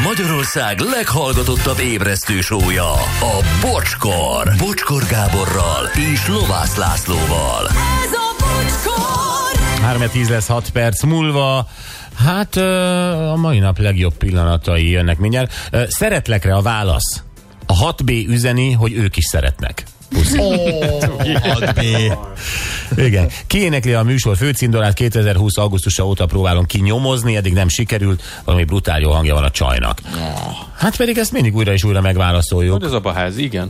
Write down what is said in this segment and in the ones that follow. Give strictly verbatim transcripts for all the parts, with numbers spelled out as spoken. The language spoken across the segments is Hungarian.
Magyarország leghallgatottabb ébresztő show-ja, a Bocskor. Bocskor Gáborral és Lovász Lászlóval. Ez a Bocskor! három tíz lesz hat perc múlva. Hát a mai nap legjobb pillanatai jönnek mindjárt. Szeretlekre a válasz. A hat bé üzeni, hogy ők is szeretnek. Oh, hat bé. Igen. Ki énekli a műsor főcímdalát? kétezer-húsz augusztusa óta próbálom kinyomozni, eddig nem sikerült, valami brutál jó hangja van a csajnak. Hát pedig ezt mindig újra és újra megválaszoljuk. Hogy az abaház, igen.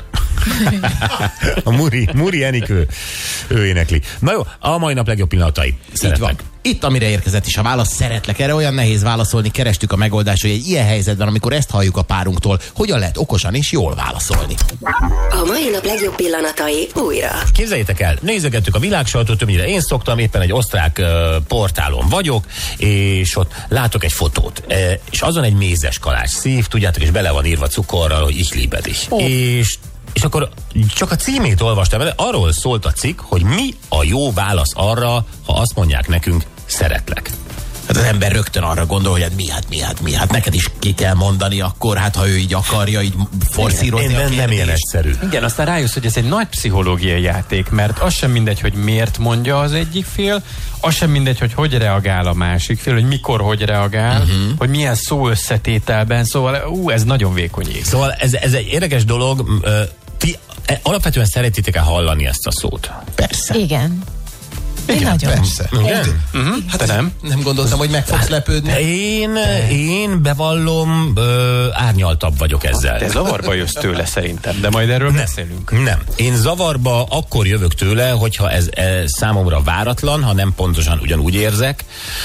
A Muri, Muri Enikő, ő énekli. Na jó, a mai nap legjobb pillanatai. Szeretlek. Itt, amire érkezett is a válasz, szeretlek. Erre olyan nehéz válaszolni, kerestük a megoldást, hogy egy ilyen helyzetben, amikor ezt halljuk a párunktól, hogyan lehet okosan és jól válaszolni. A mai nap legjobb pillanatai újra. Képzeljétek el, nézegettük a világsajtót, többnyire én szoktam, éppen egy osztrák uh, portálon vagyok, és ott látok egy fotót, uh, és azon egy mézes kalács szív, tudjátok, és bele van írva cukorral, hogy ich liebe dich. Oh. És És akkor csak a címét olvastam, de arról szólt a cikk, hogy mi a jó válasz arra, ha azt mondják nekünk, szeretlek. Hát az ember rögtön arra gondol, hogy hát mi, hát mi, hát mi, hát neked is ki kell mondani akkor, hát ha ő így akarja, így forszírozni én a nem, kérdést. nem ilyen egyszerű. Igen, aztán rájössz, hogy ez egy nagy pszichológiai játék, mert az sem mindegy, hogy miért mondja az egyik fél, az sem mindegy, hogy hogy reagál a másik fél, hogy mikor, hogy reagál, uh-huh. hogy milyen szó összetételben, szóval ú, ez nagyon vékony ég. Szóval ez, ez egy érdekes dolog, ti alapvetően szeretitek-e hallani ezt a szót? Persze. Igen. Én Igen, nagyon. persze. Igen? Uh-huh. Hát nem. Nem gondoltam, hogy meg fogsz lepődni. Én, én bevallom, ö, árnyaltabb vagyok ezzel. Te zavarba jössz tőle szerintem, de majd erről nem, beszélünk. Nem. Én zavarba akkor jövök tőle, hogyha ez, ez számomra váratlan, ha nem pontosan ugyanúgy érzek,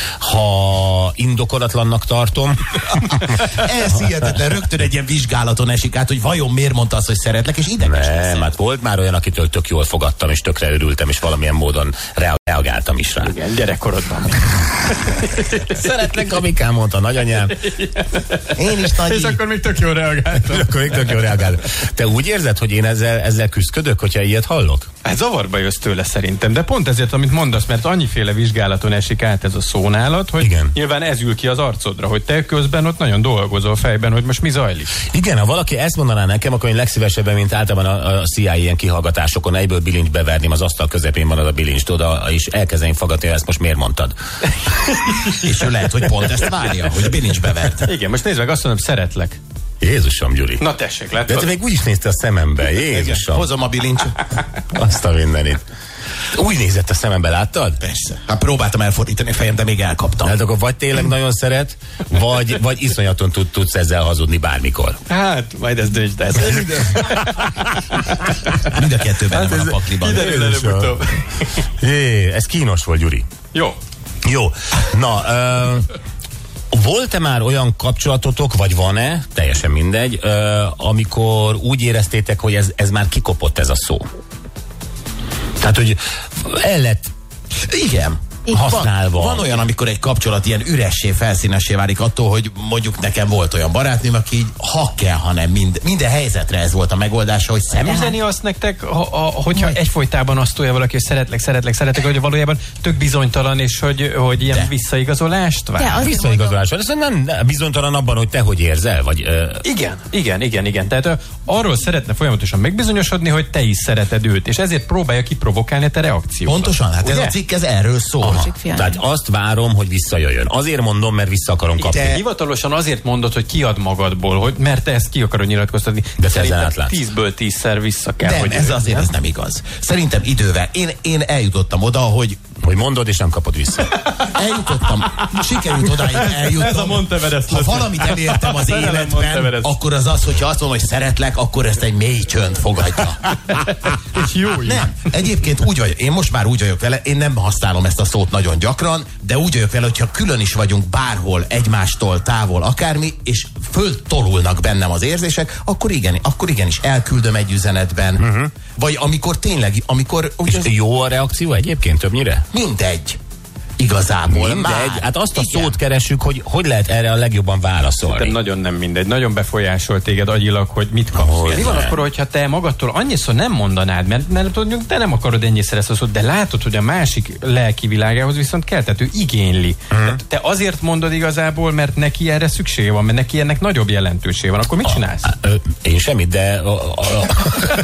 ha indokolatlannak tartom. Ez hihetetlen, rögtön egy ilyen vizsgálaton esik át, hogy vajon miért mondta azt, hogy szeretlek, és ideges lesz. Nem, hát volt már olyan, akitől tök jól fogadtam, és tökre örültem, és valamilyen módon reagáltam is rá. Igen, gyerekkorodban. Szeretlek, amikám, mondta a nagyanyám. Én is nagy. És akkor még tök jól reagáltam. Akkor még tök jól reagáltam. Te úgy érzed, hogy én ezzel, ezzel küzdködök, hogyha ilyet hallok? Hát zavarba jössz tőle szerintem, de pont ezért, amit mondasz, mert annyiféle vizsgálaton esik át ez a szónálat, hogy igen. Nyilván ez ül ki az arcodra, hogy te közben ott nagyon dolgozol fejben, hogy most mi zajlik. Igen, ha valaki ezt mondaná nekem, akkor én legszívesebben, mint általában a, a C I A ilyen kihallgatásokon egyből bilincs beverném, az asztal közepén van az a bilincs, oda, és elkezdeném fogadni, hogy ezt most miért mondtad. És ő lehet, hogy pont ezt várja, hogy bilincs bevert. Igen, most nézd meg, azt mondom, szeretlek. Jézusom, Gyuri. Na tessék, látod? De te még úgy is nézte a szemembe, Jézusom. Hozom a bilincsot. Azt a mindenit. Úgy nézett a szemembe, láttad? Persze. Hát próbáltam elfordítani a fejem, de még elkaptam. Hát akkor vagy tényleg nagyon szeret, vagy, vagy iszonyaton tud, tudsz ezzel hazudni bármikor. Hát, majd ez döntsd el. Mind a kettő benne Hát van ez a pakliban. kiderül előbb-utóbb. Jé, ez kínos volt, Gyuri. Jó. Jó. Na, ö, volt-e már olyan kapcsolatotok, vagy van-e, teljesen mindegy, ö, amikor úgy éreztétek, hogy ez, ez már kikopott ez a szó? Tehát, hogy el lett Igen. használva. Van, van olyan, amikor egy kapcsolat ilyen üressé, felszínessé válik attól, hogy mondjuk nekem volt olyan barátnőm, aki így ha kell, hanem mind, minden helyzetre ez volt a megoldása, hogy Nem személy. üzeni azt nektek, ha, a, hogyha Majd. egyfolytában azt tolja valaki, hogy szeretlek, szeretlek, szeretlek, hogy valójában tök bizonytalan, és hogy, hogy ilyen De. visszaigazolást vár. De azért Visszaigazolás van. Ez nem, nem bizonytalan abban, hogy te hogy érzel, vagy... Ö... Igen, igen, igen, igen. Tehát ö, arról szeretne folyamatosan megbizonyosodni, hogy te is szereted őt, és ezért próbálja kiprovokálni a te reakciódat. Pontosan, hát ez Ugye? a cikk ez erről szól. Tehát azt várom, hogy visszajöjjön. Azért mondom, mert vissza akarom kapni. Te hivatalosan azért mondod, hogy kiad magadból, hogy mert te ezt ki akarod nyilatkoztatni. De szerintem átlátsz. tízből tízszer vissza kell, Nem, hogy ez azért ez nem igaz. Szerintem idővel. Én, én eljutottam oda, hogy Hogy mondod, és nem kapod vissza. eljutottam, sikerült odáig eljuttam. Ez a Monteverest Ha lesz. valamit elértem az Szerelem életben, Monteverest. akkor az az, hogyha azt mondom, hogy szeretlek, akkor ezt egy mély csönd fogadja. És jó, jó. Nem, egyébként úgy vagyok, én most már úgy vagyok vele, én nem használom ezt a szót nagyon gyakran, de úgy vagyok vele, hogyha külön is vagyunk bárhol, egymástól távol, akármi, és föltolulnak bennem az érzések, akkor igen, akkor igenis elküldöm egy üzenetben. Uh-huh. Vagy amikor tényleg, amikor... És jó a reakció egyébként többnyire? Mindegy. Igazából Mindegy, már. hát azt a Igen. szót keressük, hogy hogy lehet erre a legjobban válaszolni. De nagyon nem mindegy. Nagyon befolyásol téged agyilag, hogy mit kapsz. Hogy Mi van ne. akkor, hogyha te magadtól annyiszor nem mondanád, mert nem tudjuk, te nem akarod ennyiszer ezt a szót, de látod, hogy a másik lelki világához viszont kell, tehát ő igényli. Mhm. Tehát te azért mondod igazából, mert neki erre szüksége van, mert neki ennek nagyobb jelentősége van. Akkor mit csinálsz? Ö, Én semmit, de a, a, a,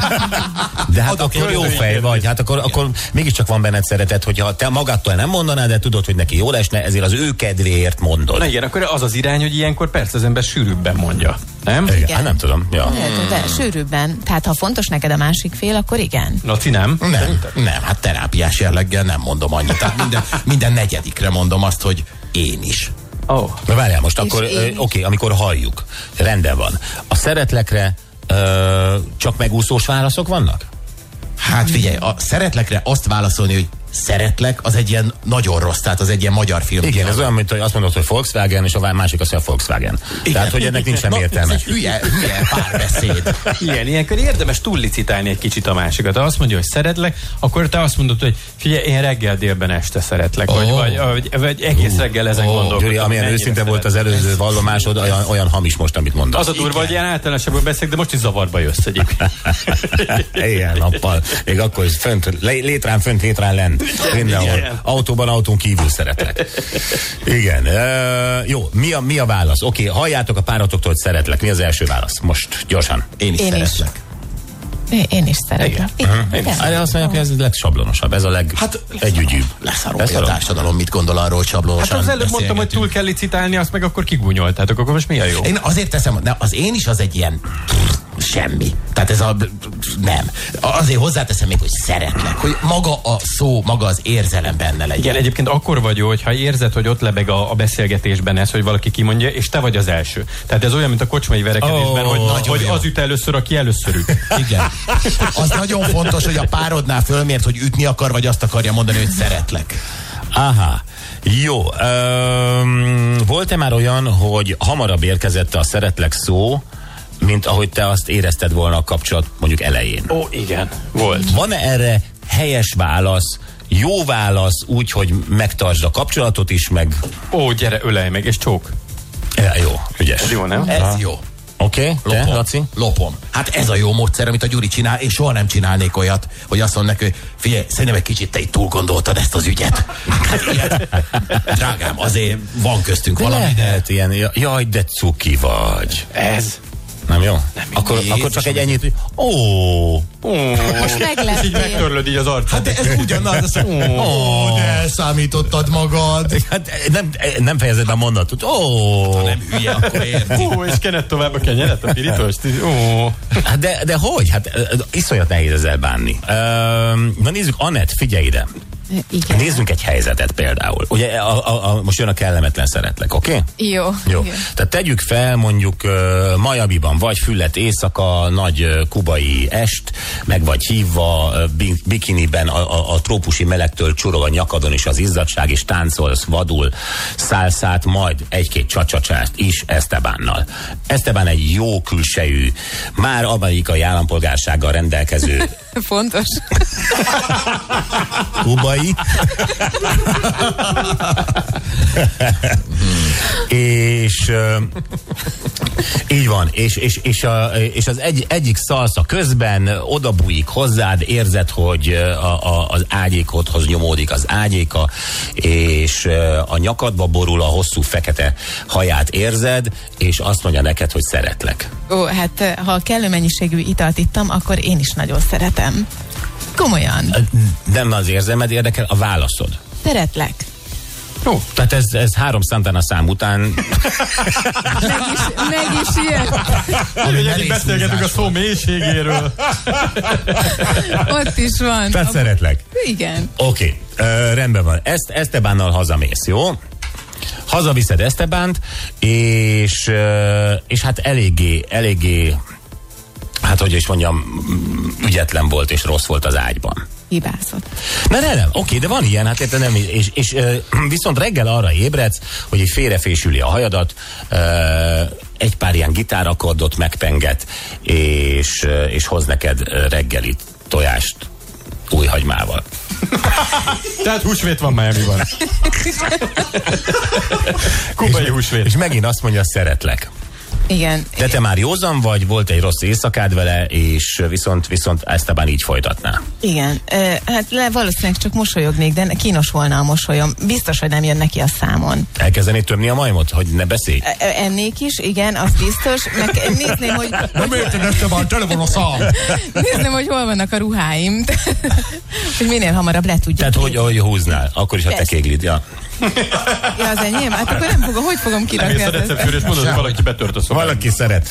de hát Adok akkor jó földön fej vagy, hát akkor, akkor mégiscsak van benned szeretet, hogyha te magadtól nem mondanád, de tudod, hogy neki jól esne, ezért az ő kedvéért mondod. Na igen, akkor az az irány, hogy ilyenkor persze az ember sűrűbben mondja. Nem? Igen, hát nem tudom. Ja. Lehet, de sűrűbben. Tehát ha fontos neked a másik fél, akkor igen. Laci, nem? Nem, nem, hát terápiás jelleggel nem mondom annyit. Tehát minden, minden negyedikre mondom azt, hogy én is. Oh. Na várjál most, akkor én ö, is. oké, amikor halljuk, rendben van. A szeretlekre ö, csak megúszós válaszok vannak? Hát figyelj, a szeretlekre azt válaszolni, hogy szeretlek, az egy ilyen nagyon rossz, tehát az egy ilyen magyar film. Igen, ez olyan, mint hogy azt mondod, hogy Volkswagen, és a másik azt mondja, Volkswagen. Igen. Tehát, hogy ennek nincs semmi Na, értelme. Ez egy hülye, hülye párbeszéd. Igen, ilyenkor érdemes túllicitálni egy kicsit a másikat. Ha azt mondja, hogy szeretlek, akkor te azt mondod, hogy figyelj, én reggel, délben, este szeretlek. Vagy, Oh. vagy, vagy, vagy egész reggel ezen Oh. gondolkodom. Gyuri, amilyen mennyire őszinte volt az szeretlek. előző vallomásod, olyan, olyan hamis most, amit mondasz. Az a durva, hogy ilyen általánosabban beszélek, de most is zavarba jössz egyébként. Éjjel, nappal. Még akkor is fönt, lé- létrán fönt, létrán lent. Mindenhol. Igen. Autóban, autón kívül szeretlek. Igen. Uh, jó, mi a, mi a válasz? Oké, halljátok a páratoktól, hogy szeretlek. Mi az első válasz? Most, gyorsan. Én is Én is. szeretlek. Én, én is szeretem. Igen. Igen. Erre azt mondják, hogy ez a legsablonosabb, ez a Hát legegyügyűbb. leszarok, hogy a társadalom mit gondol arról, hogy sablonosan Hát az előbb mondtam, hogy túl kell licitálni, azt meg akkor kigúnyoltátok, akkor most mi a jó? Én azért teszem, ne, az én is az egy ilyen semmi. Tehát ez a nem. Azért hozzáteszem még, hogy szeretlek, hogy maga a szó, maga az érzelem benne legyen. Igen, egyébként akkor vagy jó, hogyha érzed, hogy ott lebeg a, a beszélgetésben ez, hogy valaki kimondja, és te vagy az első. Tehát ez olyan, mint a kocsmai verekedésben, Ó, hogy, nagyon hogy jó. az üt először, aki először üt. Igen. Az nagyon fontos, hogy a párodnál fölmért, hogy ütni akar, vagy azt akarja mondani, hogy szeretlek. Aha. Jó. Um, volt-e már olyan, hogy hamarabb érkezett a szeretlek szó, mint ahogy te azt érezted volna a kapcsolat mondjuk elején? Ó, igen, volt. Van-e erre helyes válasz, jó válasz, úgy, hogy megtartsd a kapcsolatot is, meg... Ó, gyere, ölelj meg, és csók. Ja, jó, ügyes. Ez jó, nem? Ez jó. Oké, okay, te, Lopom. Laci? Lopom. Hát ez a jó módszer, amit a Gyuri csinál, én soha nem csinálnék olyat, hogy azt mondom neki, hogy figyelj, szerintem egy kicsit te itt túl gondoltad ezt az ügyet. Hát ilyet, drágám, azért van köztünk valami, de... Lehet ilyen, jaj, de cuki vagy. Ez. Nem jó? Akkor, Jézus, akkor csak egy amit- ennyit, hogy ó, Ó, Most megleptél. és így megtörlöd így az arcot. Hát de ez ugyanaz, az, ó, de számítottad magad. hát nem, nem fejezed be a mondatot. Ó, Nem hülye, akkor érti. Ó, és kened tovább a kenyeret, a pirítost. Ó. hát de, de hogy? Hát ö, iszonyat nehéz ezzel bánni. Üm, na nézzük, Anett, figyelj ide. Igen. Nézzünk egy helyzetet például. Ugye a, a, a, most jön a kellemetlen szeretlek, oké? Okay? Jó. Jó. Igen. Tehát tegyük fel mondjuk uh, Miamiban vagy füllet éjszaka, nagy uh, kubai est, meg vagy hívva uh, bi- bikiniben a, a, a trópusi melegtől csurog a nyakadon is az izzadság, és táncolsz vadul szálszát, majd egy-két csacsacsást is Estebánnal. Esteban egy jó külsejű, már amerikai állampolgársággal rendelkező Fontos. kubai. és uh, így van, és, és, és, a, és az egy, egyik szalsza közben odabújik hozzád, érzed, hogy a, a, az ágyékodhoz nyomódik az ágyéka, és a nyakadba borul, a hosszú fekete haját érzed, és azt mondja neked, hogy szeretlek. Ó, hát ha kellő mennyiségű italt ittam, akkor én is nagyon szeretem. Komolyan. Nem az érzelmed érdekel, a válaszod. Szeretlek. Jó, tehát ez, ez három Santana szám után Meg is, meg is jött. Ami Eddig merész beszélgetünk a húzás szó volt. mélységéről. Ott is van. tehát szeretlek. Igen. Oké, okay. rendben van. Ezt Estebánnal hazamész, jó? Hazaviszed Estebánt, és, ö, és hát eléggé, eléggé, hát hogy is mondjam, ügyetlen volt és rossz volt az ágyban. Hibázott. Na nem, nem, oké, de van ilyen, hát érted, nem, és, és ö, viszont reggel arra ébredsz, hogy egy félrefésüli a hajadat, ö, egy pár ilyen gitárakordot megpenget, és, ö, és hoz neked ö, reggelit, tojást új hagymával. Tehát húsvét van Miamiban. Kubai húsvét. És megint azt mondja, szeretlek. Igen. De te már józan vagy, volt egy rossz éjszakád vele, és viszont, viszont Esteban így folytatná. Igen. E, hát le, valószínűleg csak mosolyognék, de kínos volna a mosolyom. Biztos, hogy nem jön neki a számon. Elkezdenéd tömni a majmot, hogy ne beszélj? E, ennék is, igen, az biztos. Meg nézném, hogy... Nem érted, Esteban, tele van a szám. Nézném, hogy hol vannak a ruháim. Hogy minél hamarabb le tudjuk. Tehát, hogy, hogy húznál, akkor is, ha te kéglid, ja. Ja, az enyém? Hát akkor nem fogom, hogy fogom kirakni? Nem ész a receptőr, és mondod, hogy valaki betört a szobát. Valaki szeret.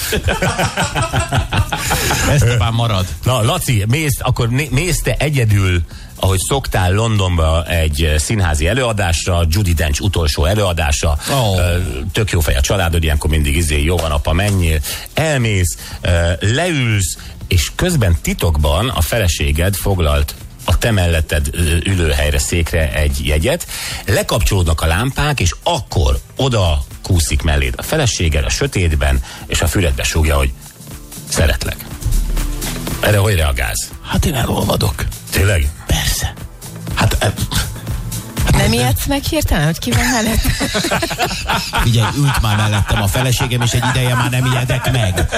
Esteban marad. Na, Laci, mész, akkor né- mész te egyedül, ahogy szoktál Londonba egy színházi előadásra, Judi Dench utolsó előadása, Oh. tök jó fej a családod, ilyenkor mindig izé, jó van apa, menjél, elmész, leülsz, és közben titokban a feleséged foglalt a te melletted ülőhelyre, székre egy jegyet, lekapcsolódnak a lámpák, és akkor oda kúszik melléd a feleséged a sötétben, és a füledbe súgja, hogy szeretlek. Erre hogy reagálsz? Hát én elolvadok. Tényleg? Persze. Hát... E, Nem ijedsz meg hirtelen, hogy ki van mellett? Figyelj, ült már mellettem a feleségem, és egy ideje már nem ijedek meg.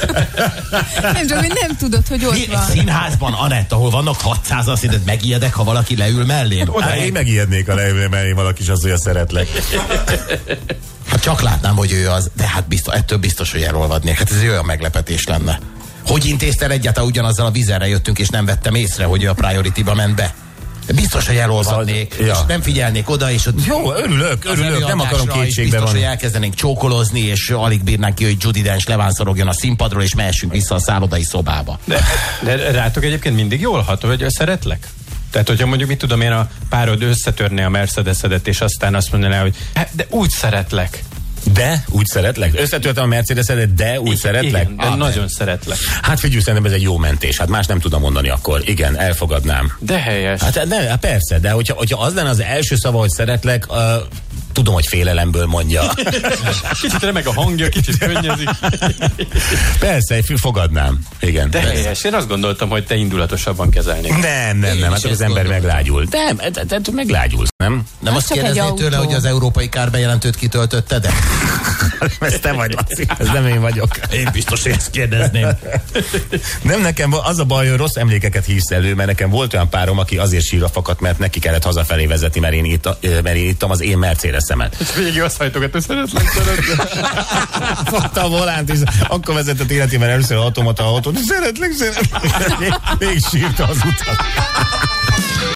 Nem csak, hogy nem tudod, hogy ott Egy van. színházban, Anett, ahol vannak hatszázan, szerinted megijedek, ha valaki leül mellém? Hát én megijednék, a leülő mellé valaki is az, hogy a szeretlek. Hát csak látnám, hogy ő az, de hát biztos, ettől biztos, hogy elolvadnék. Hát ez egy olyan meglepetés lenne. Hogy intéztél egyáltalán, ugyanazzal a vizerre jöttünk, és nem vettem észre, hogy ő a Priority-ba ment be? Biztos, hogy elolvadnék, Szóval- ja. és nem figyelnék oda, és ott Jó, örülök, az örülök, nem akarom előadásra is kétségbe biztos, vonni. hogy elkezdenénk csókolozni, és alig bírnánk ki, hogy Judi Dench levánszorogjon a színpadról, és mehessünk vissza a szállodai szobába. De, de rátok egyébként mindig jól hat, hogy szeretlek? Tehát, hogyha mondjuk, mit tudom én, a párod összetörné a Mercedesedet, és aztán azt mondaná, hogy hát, de úgy szeretlek. De úgy szeretlek? Összetöltem a Mercedesedet, de úgy szeretlek? Igen, de Ah, nagyon szeretlek. Hát figyelj, szerintem ez egy jó mentés. Hát más nem tudom mondani akkor. Igen, elfogadnám. De helyes. Hát, ne, hát persze, de hogyha, hogyha az lenne az első szava, hogy szeretlek, uh, tudom, hogy félelemből mondja. Kicsit remeg a hangja, kicsit könnyezik. Persze, fogadnám. Igen. De persze. helyes. Én azt gondoltam, hogy te indulatosabban kezelnék. Nem, nem, nem, hát az ember meglágyul. De, de, de, de meglágyulsz, nem? Nem Az azt csak egy kérdeznéd autó. tőle, hogy az európai kárbejelentőt kitöltötted de Ez te vagy, Laci. Ez nem én vagyok. Én biztos, hogy ezt kérdezném. Nem, nekem az a baj, hogy rossz emlékeket hívsz elő, mert nekem volt olyan párom, aki azért sírva fakadt, mert neki kellett hazafelé vezetni, mert én, itta, mert én ittam az én Mercedesemet. És végig azt hajtogat, hogy szeretlek, szeretlek. Fogta a volánt, és akkor vezetett életében először automata autót, szeretlek, szeretlek. Még, még sírta az utat.